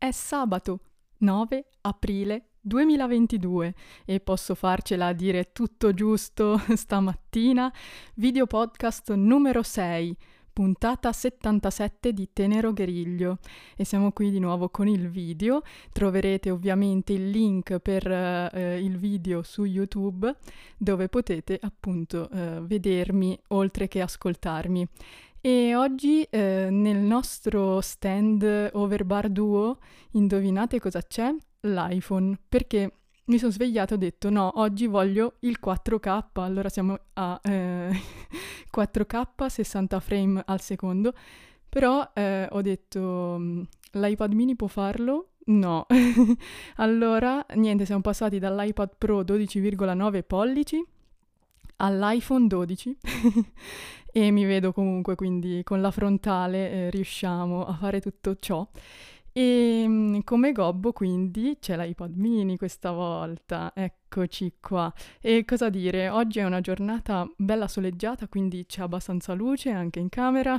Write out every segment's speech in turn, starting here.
È sabato 9 aprile 2022 e posso farcela a dire tutto giusto stamattina. Video podcast numero 6, puntata 77 di Tenero Gueriglio. E siamo qui di nuovo con il video. Troverete ovviamente il link per il video su YouTube, dove potete appunto vedermi oltre che ascoltarmi. E oggi nel nostro stand Overbar Duo, indovinate cosa c'è? L'iPhone, perché mi sono svegliata e ho detto no, oggi voglio il 4K, allora siamo a 4K 60 frame al secondo, però ho detto l'iPad mini può farlo? No. Allora, niente, siamo passati dall'iPad Pro 12,9 pollici all'iPhone 12 e mi vedo comunque quindi con la frontale riusciamo a fare tutto ciò e come gobbo quindi c'è l'iPad mini questa volta, eccoci qua. E cosa dire, oggi è una giornata bella soleggiata, quindi c'è abbastanza luce anche in camera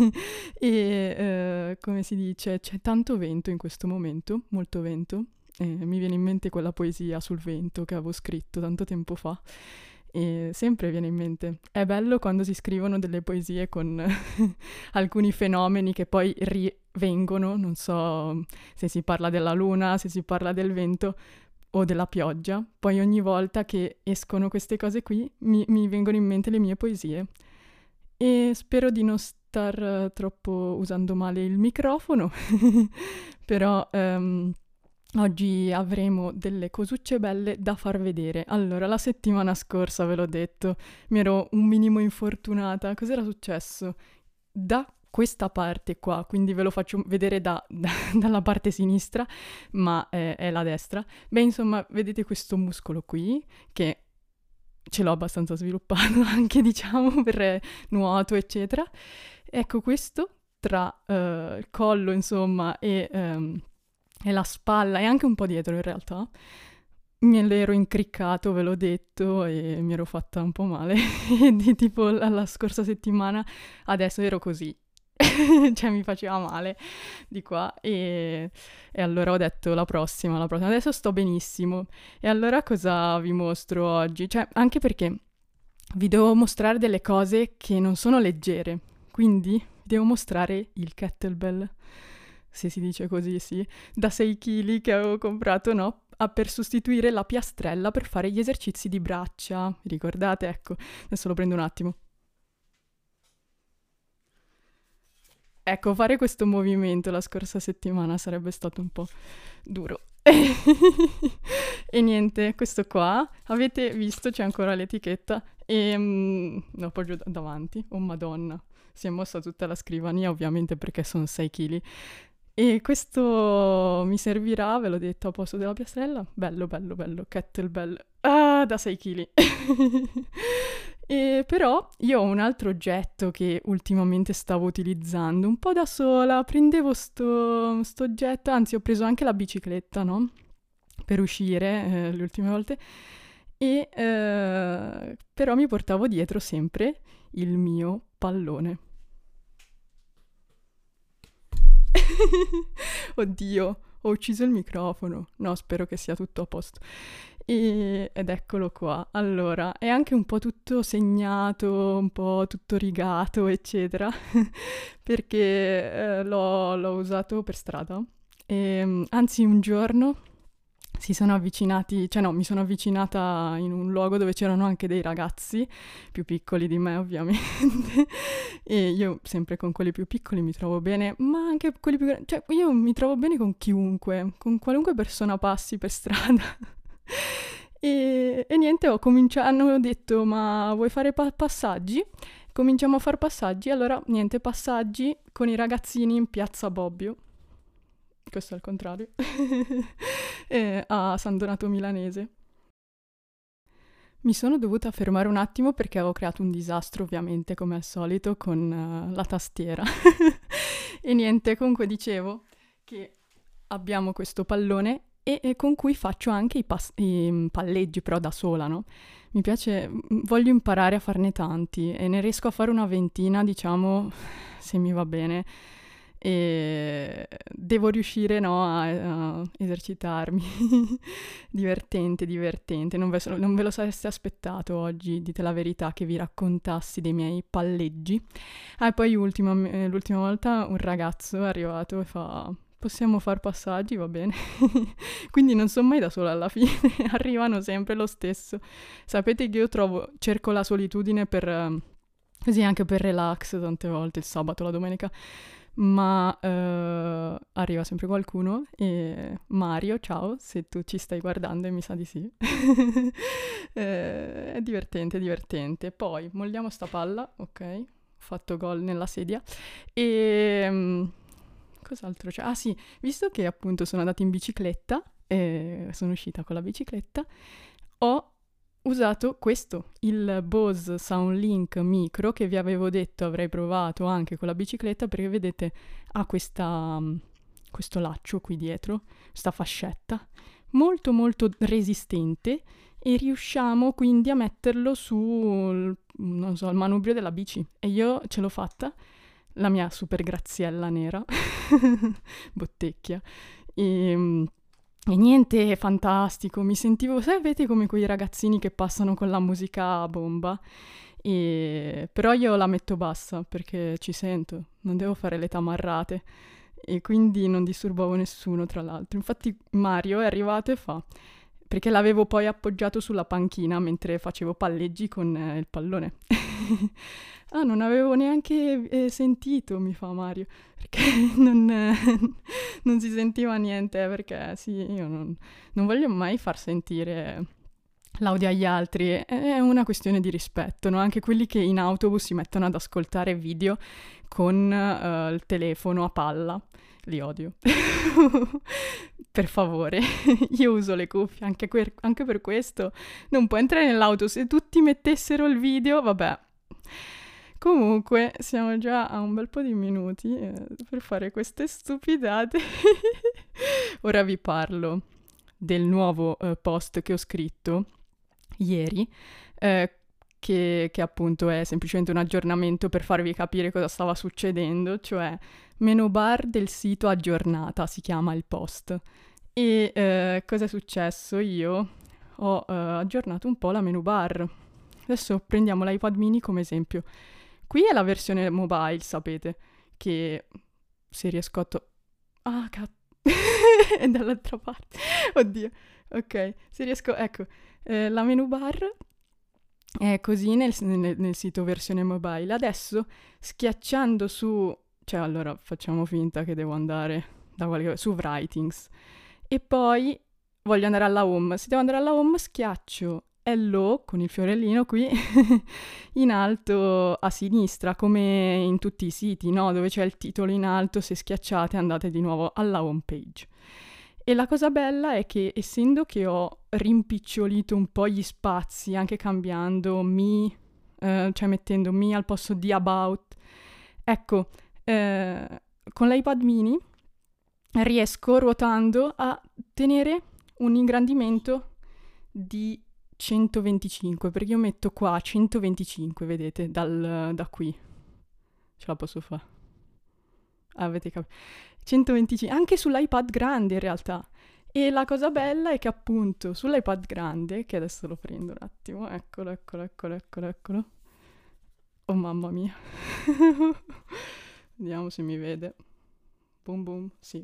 e come si dice, c'è tanto vento in questo momento, molto vento. Mi viene in mente quella poesia sul vento che avevo scritto tanto tempo fa. E sempre viene in mente. È bello quando si scrivono delle poesie con alcuni fenomeni che poi rivengono, non so se si parla della luna, se si parla del vento o della pioggia. Poi ogni volta che escono queste cose qui mi vengono in mente le mie poesie. E spero di non star troppo usando male il microfono, però oggi avremo delle cosucce belle da far vedere. Allora, la settimana scorsa ve l'ho detto, mi ero un minimo infortunata. Cos'era successo? Da questa parte qua, quindi ve lo faccio vedere dalla parte sinistra, ma è la destra. Beh, insomma, vedete questo muscolo qui, che ce l'ho abbastanza sviluppato anche, diciamo, per nuoto, eccetera. Ecco, questo tra il collo, insomma, e la spalla e anche un po' dietro in realtà, me l'ero incriccato, ve l'ho detto, e mi ero fatta un po' male. E di tipo la scorsa settimana adesso ero così. Cioè mi faceva male di qua e allora ho detto la prossima. Adesso sto benissimo. E allora cosa vi mostro oggi? Cioè, anche perché vi devo mostrare delle cose che non sono leggere, quindi vi devo mostrare il kettlebell, se si dice così, sì, da 6 kg che avevo comprato, no? Per sostituire la piastrella per fare gli esercizi di braccia. Vi ricordate? Ecco, adesso lo prendo un attimo. Ecco, fare questo movimento la scorsa settimana sarebbe stato un po' duro. E niente, questo qua, avete visto, c'è ancora l'etichetta e lo appoggio davanti. Oh madonna, si è mossa tutta la scrivania ovviamente perché sono 6 kg. E questo mi servirà, ve l'ho detto, a posto della piastrella. Bello, bello, bello, kettlebell. Ah, da 6 kg. E però io ho un altro oggetto che ultimamente stavo utilizzando, un po' da sola. Prendevo sto oggetto, anzi ho preso anche la bicicletta, no? Per uscire le ultime volte. E però mi portavo dietro sempre il mio pallone. Oddio, ho ucciso il microfono. No, spero che sia tutto a posto. Ed eccolo qua. Allora, è anche un po' tutto segnato, un po' tutto rigato, eccetera, perché l'ho usato per strada. Anzi, un giorno si sono avvicinati, cioè no, mi sono avvicinata in un luogo dove c'erano anche dei ragazzi più piccoli di me, ovviamente. E io sempre con quelli più piccoli mi trovo bene, ma anche quelli più grandi, cioè io mi trovo bene con chiunque, con qualunque persona passi per strada. E niente, hanno detto, ma vuoi fare passaggi? Cominciamo a fare passaggi, allora niente, passaggi con i ragazzini in Piazza Bobbio. Questo è il contrario, a San Donato Milanese. Mi sono dovuta fermare un attimo perché avevo creato un disastro, ovviamente, come al solito, con la tastiera. E niente, comunque dicevo che abbiamo questo pallone e con cui faccio anche i palleggi, però da sola, no? Mi piace, voglio imparare a farne tanti e ne riesco a fare una ventina, diciamo, se mi va bene. e devo riuscire, no, a esercitarmi. Divertente, divertente. Non ve lo sareste aspettato oggi, dite la verità, che vi raccontassi dei miei palleggi. Ah, e poi l'ultima volta un ragazzo è arrivato e fa: possiamo far passaggi, va bene. Quindi non sono mai da sola alla fine, arrivano sempre lo stesso. Sapete che io cerco la solitudine per così anche per relax tante volte, il sabato, la domenica, ma arriva sempre qualcuno e Mario, ciao, se tu ci stai guardando e mi sa di sì. È divertente, divertente. Poi molliamo sta palla, ok, ho fatto gol nella sedia e cos'altro c'è? Ah sì, visto che appunto sono andata in bicicletta e sono uscita con la bicicletta, ho usato questo, il Bose Soundlink Micro, che vi avevo detto avrei provato anche con la bicicletta, perché vedete ha questo laccio qui dietro, questa fascetta, molto molto resistente, e riusciamo quindi a metterlo sul, non so, il manubrio della bici. E io ce l'ho fatta, la mia super graziella nera, bottecchia, e niente, fantastico, mi sentivo, sapete come quei ragazzini che passano con la musica a bomba? Però io la metto bassa perché ci sento, non devo fare le tamarrate e quindi non disturbavo nessuno, tra l'altro. Infatti Mario è arrivato e fa, perché l'avevo poi appoggiato sulla panchina mentre facevo palleggi con il pallone. Ah, non avevo neanche sentito, mi fa Mario, perché non si sentiva niente, perché sì, io non voglio mai far sentire l'audio agli altri, è una questione di rispetto, no? Anche quelli che in autobus si mettono ad ascoltare video con il telefono a palla, li odio. Per favore, io uso le cuffie anche per questo. Non può entrare nell'auto, se tutti mettessero il video, vabbè. Comunque, siamo già a un bel po' di minuti per fare queste stupidate. Ora vi parlo del nuovo post che ho scritto ieri, che appunto è semplicemente un aggiornamento per farvi capire cosa stava succedendo, cioè menu bar del sito aggiornata, si chiama il post. E cosa è successo? Io ho aggiornato un po' la menu bar. Adesso prendiamo l'iPad mini come esempio. Qui è la versione mobile, sapete, che se riesco a ah, è dall'altra parte. Oddio. Ok, se riesco... Ecco, la menu bar è così nel sito versione mobile. Adesso, schiacciando su... Cioè, allora, facciamo finta che devo andare su Writings. E poi voglio andare alla home. Se devo andare alla home, schiaccio Hello, con il fiorellino qui, in alto a sinistra, come in tutti i siti, no? Dove c'è il titolo in alto, se schiacciate andate di nuovo alla home page. E la cosa bella è che, essendo che ho rimpicciolito un po' gli spazi, anche cambiando cioè mettendo me al posto di about, ecco, con l'iPad mini riesco, ruotando, a tenere un ingrandimento di 125, perché io metto qua 125, vedete, da qui. Ce la posso fare. Avete capito? 125, anche sull'iPad grande in realtà. E la cosa bella è che appunto sull'iPad grande, che adesso lo prendo un attimo, eccolo. Oh mamma mia. Vediamo se mi vede. Boom boom, sì.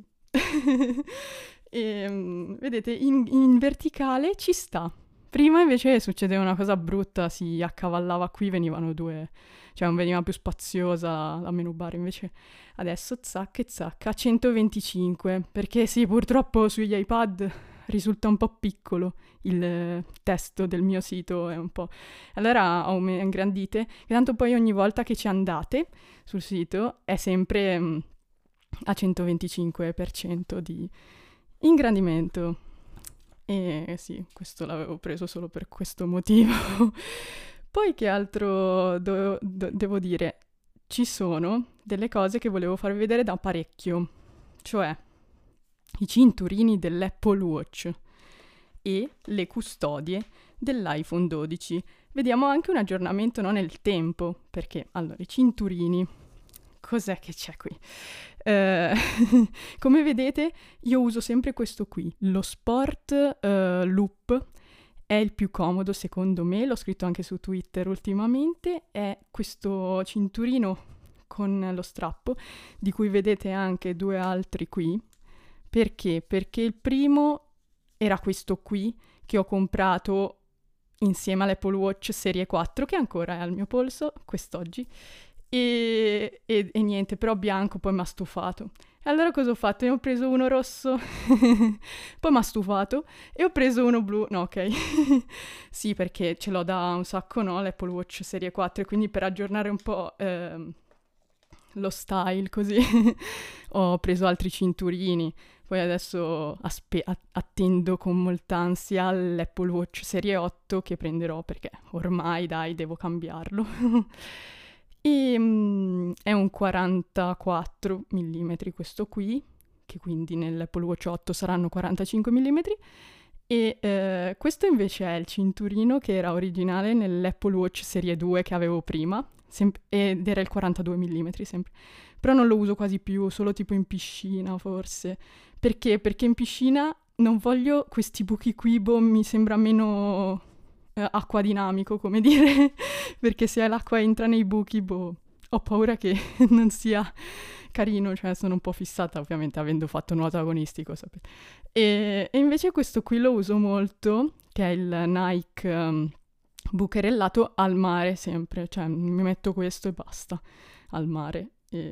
E vedete, in verticale ci sta. Prima invece succedeva una cosa brutta, si accavallava qui, venivano due, cioè non veniva più spaziosa la menu bar, invece adesso zacca e zacca, 125, perché sì, purtroppo sugli iPad risulta un po' piccolo il testo del mio sito, è un po'... Allora ho ingrandite, e tanto poi ogni volta che ci andate sul sito è sempre a 125% di ingrandimento. E sì, questo l'avevo preso solo per questo motivo. Poi che altro devo dire? Ci sono delle cose che volevo farvi vedere da parecchio, cioè i cinturini dell'Apple Watch e le custodie dell'iPhone 12. Vediamo anche un aggiornamento, no, nel tempo, perché allora i cinturini cos'è che c'è qui? Eh, come vedete, io uso sempre questo qui, lo Sport Loop. È il più comodo secondo me, l'ho scritto anche su Twitter ultimamente, è questo cinturino con lo strappo, di cui vedete anche due altri qui. Perché? Perché il primo era questo qui, che ho comprato insieme all'Apple Watch Serie 4, che ancora è al mio polso quest'oggi, e niente, però bianco poi mi ha stufato. E allora cosa ho fatto? Ne ho preso uno rosso, poi mi ha stufato, e ho preso uno blu, no ok, sì perché ce l'ho da un sacco, no, l'Apple Watch Serie 4, e quindi per aggiornare un po' lo style così ho preso altri cinturini. Poi adesso attendo con molta ansia l'Apple Watch Serie 8 che prenderò perché ormai dai devo cambiarlo. È un 44 mm questo qui, che quindi nell'Apple Watch 8 saranno 45 mm. E questo invece è il cinturino che era originale nell'Apple Watch Serie 2 che avevo prima, ed era il 42 mm sempre. Però non lo uso quasi più, solo tipo in piscina forse. Perché? Perché in piscina non voglio questi buchi qui, boh, mi sembra meno acqua dinamico, come dire, perché se l'acqua entra nei buchi, boh, ho paura che non sia carino, cioè sono un po' fissata ovviamente avendo fatto nuoto agonistico, sapete. E invece questo qui lo uso molto, che è il Nike bucherellato al mare sempre, cioè mi metto questo e basta, al mare.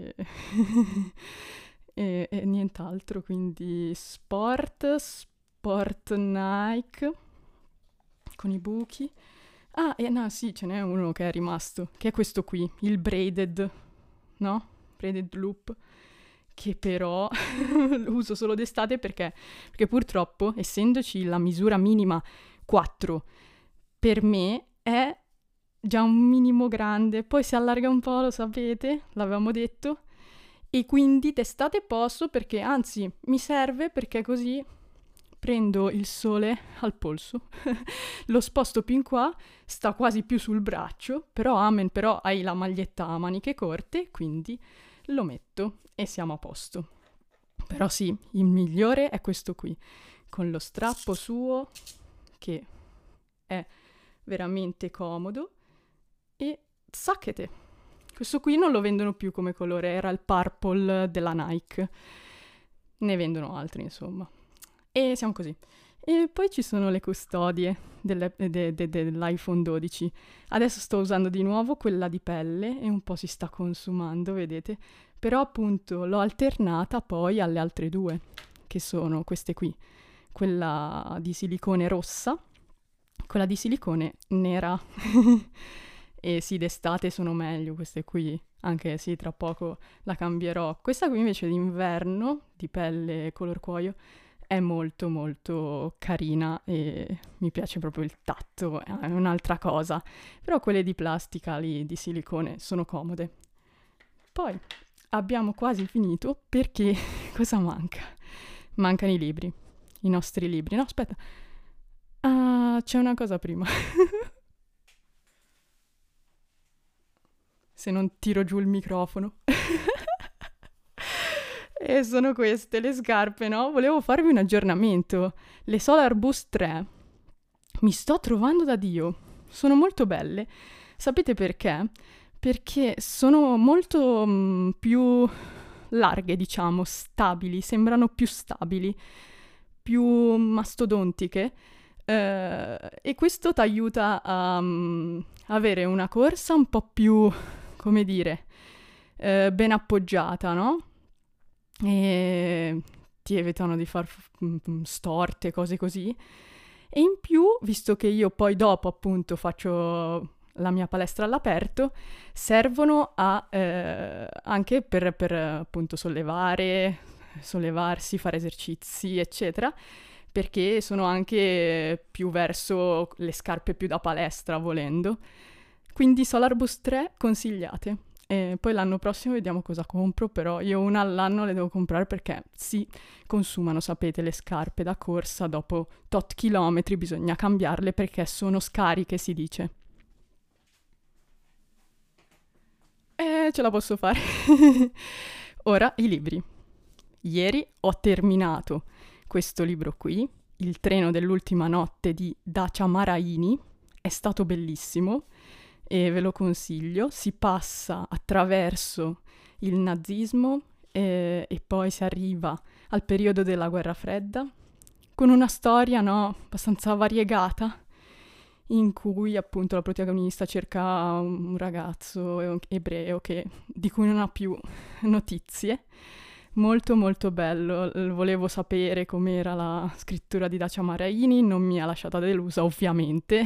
E nient'altro, quindi sport Nike con i buchi. Ah, e no, sì, ce n'è uno che è rimasto, che è questo qui, il braided, no? Braided loop, che però lo uso solo d'estate perché purtroppo, essendoci la misura minima 4, per me è già un minimo grande, poi si allarga un po', lo sapete, l'avevamo detto, e quindi d'estate posso perché, anzi, mi serve perché così prendo il sole al polso, lo sposto più in qua, sta quasi più sul braccio, però amen, però hai la maglietta a maniche corte, quindi lo metto e siamo a posto. Però sì, il migliore è questo qui, con lo strappo suo, che è veramente comodo, e sacchete. Questo qui non lo vendono più come colore, era il purple della Nike. Ne vendono altri, insomma. E siamo così. E poi ci sono le custodie dell'iPhone 12. Adesso sto usando di nuovo quella di pelle e un po' si sta consumando, vedete? Però appunto l'ho alternata poi alle altre due, che sono queste qui. Quella di silicone rossa, quella di silicone nera. E sì, d'estate sono meglio queste qui, anche sì, tra poco la cambierò. Questa qui invece d'inverno, di pelle color cuoio, è molto molto carina e mi piace proprio il tatto, è un'altra cosa. Però quelle di plastica lì, di silicone, sono comode. Poi abbiamo quasi finito perché cosa manca? Mancano i libri, i nostri libri. No, aspetta. Ah, c'è una cosa prima. Se non tiro giù il microfono. E sono queste le scarpe, no? Volevo farvi un aggiornamento. Le Solar Boost 3 mi sto trovando da Dio. Sono molto belle. Sapete perché? Perché sono molto più larghe, diciamo, stabili, sembrano più stabili, più mastodontiche. E questo ti aiuta a avere una corsa un po' più, come dire, ben appoggiata, no? E ti evitano di far storte, cose così. E in più, visto che io poi dopo appunto faccio la mia palestra all'aperto, servono anche per appunto sollevarsi, fare esercizi, eccetera, perché sono anche più verso le scarpe più da palestra, volendo. Quindi Solar Boost 3 consigliate. E poi l'anno prossimo vediamo cosa compro, però io una all'anno le devo comprare perché si consumano, sapete, le scarpe da corsa, dopo tot chilometri bisogna cambiarle perché sono scariche, si dice. ce la posso fare. Ora, i libri. Ieri ho terminato questo libro qui, Il treno dell'ultima notte di Dacia Maraini. È stato bellissimo e ve lo consiglio. Si passa attraverso il nazismo e poi si arriva al periodo della guerra fredda, con una storia, no, abbastanza variegata, in cui appunto la protagonista cerca un ragazzo ebreo di cui non ha più notizie. Molto molto bello, volevo sapere com'era la scrittura di Dacia Maraini, non mi ha lasciata delusa ovviamente,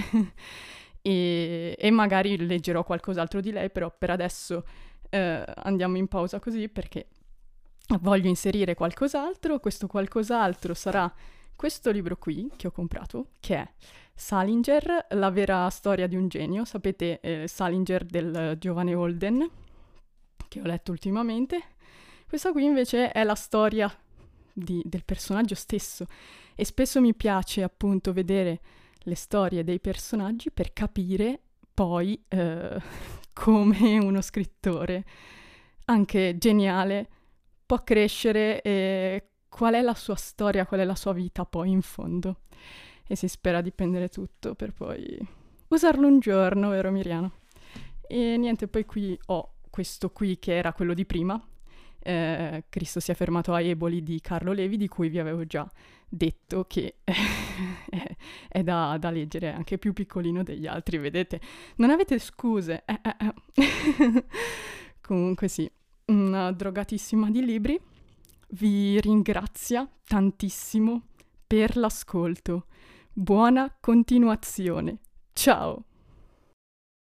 e magari leggerò qualcos'altro di lei, però per adesso andiamo in pausa così perché voglio inserire qualcos'altro. Questo qualcos'altro sarà questo libro qui che ho comprato, che è Salinger, la vera storia di un genio. Sapete, Salinger del giovane Holden, che ho letto ultimamente. Questa qui invece è la storia del personaggio stesso, e spesso mi piace appunto vedere le storie dei personaggi per capire poi come uno scrittore, anche geniale, può crescere e qual è la sua storia, qual è la sua vita poi in fondo. E si spera di prendere tutto per poi usarlo un giorno, vero Miriano? E niente, poi qui ho questo qui che era quello di prima, Cristo si è fermato a Eboli di Carlo Levi, di cui vi avevo già detto che è da leggere, anche più piccolino degli altri, vedete? Non avete scuse. Comunque sì, una drogatissima di libri. Vi ringrazia tantissimo per l'ascolto. Buona continuazione. Ciao!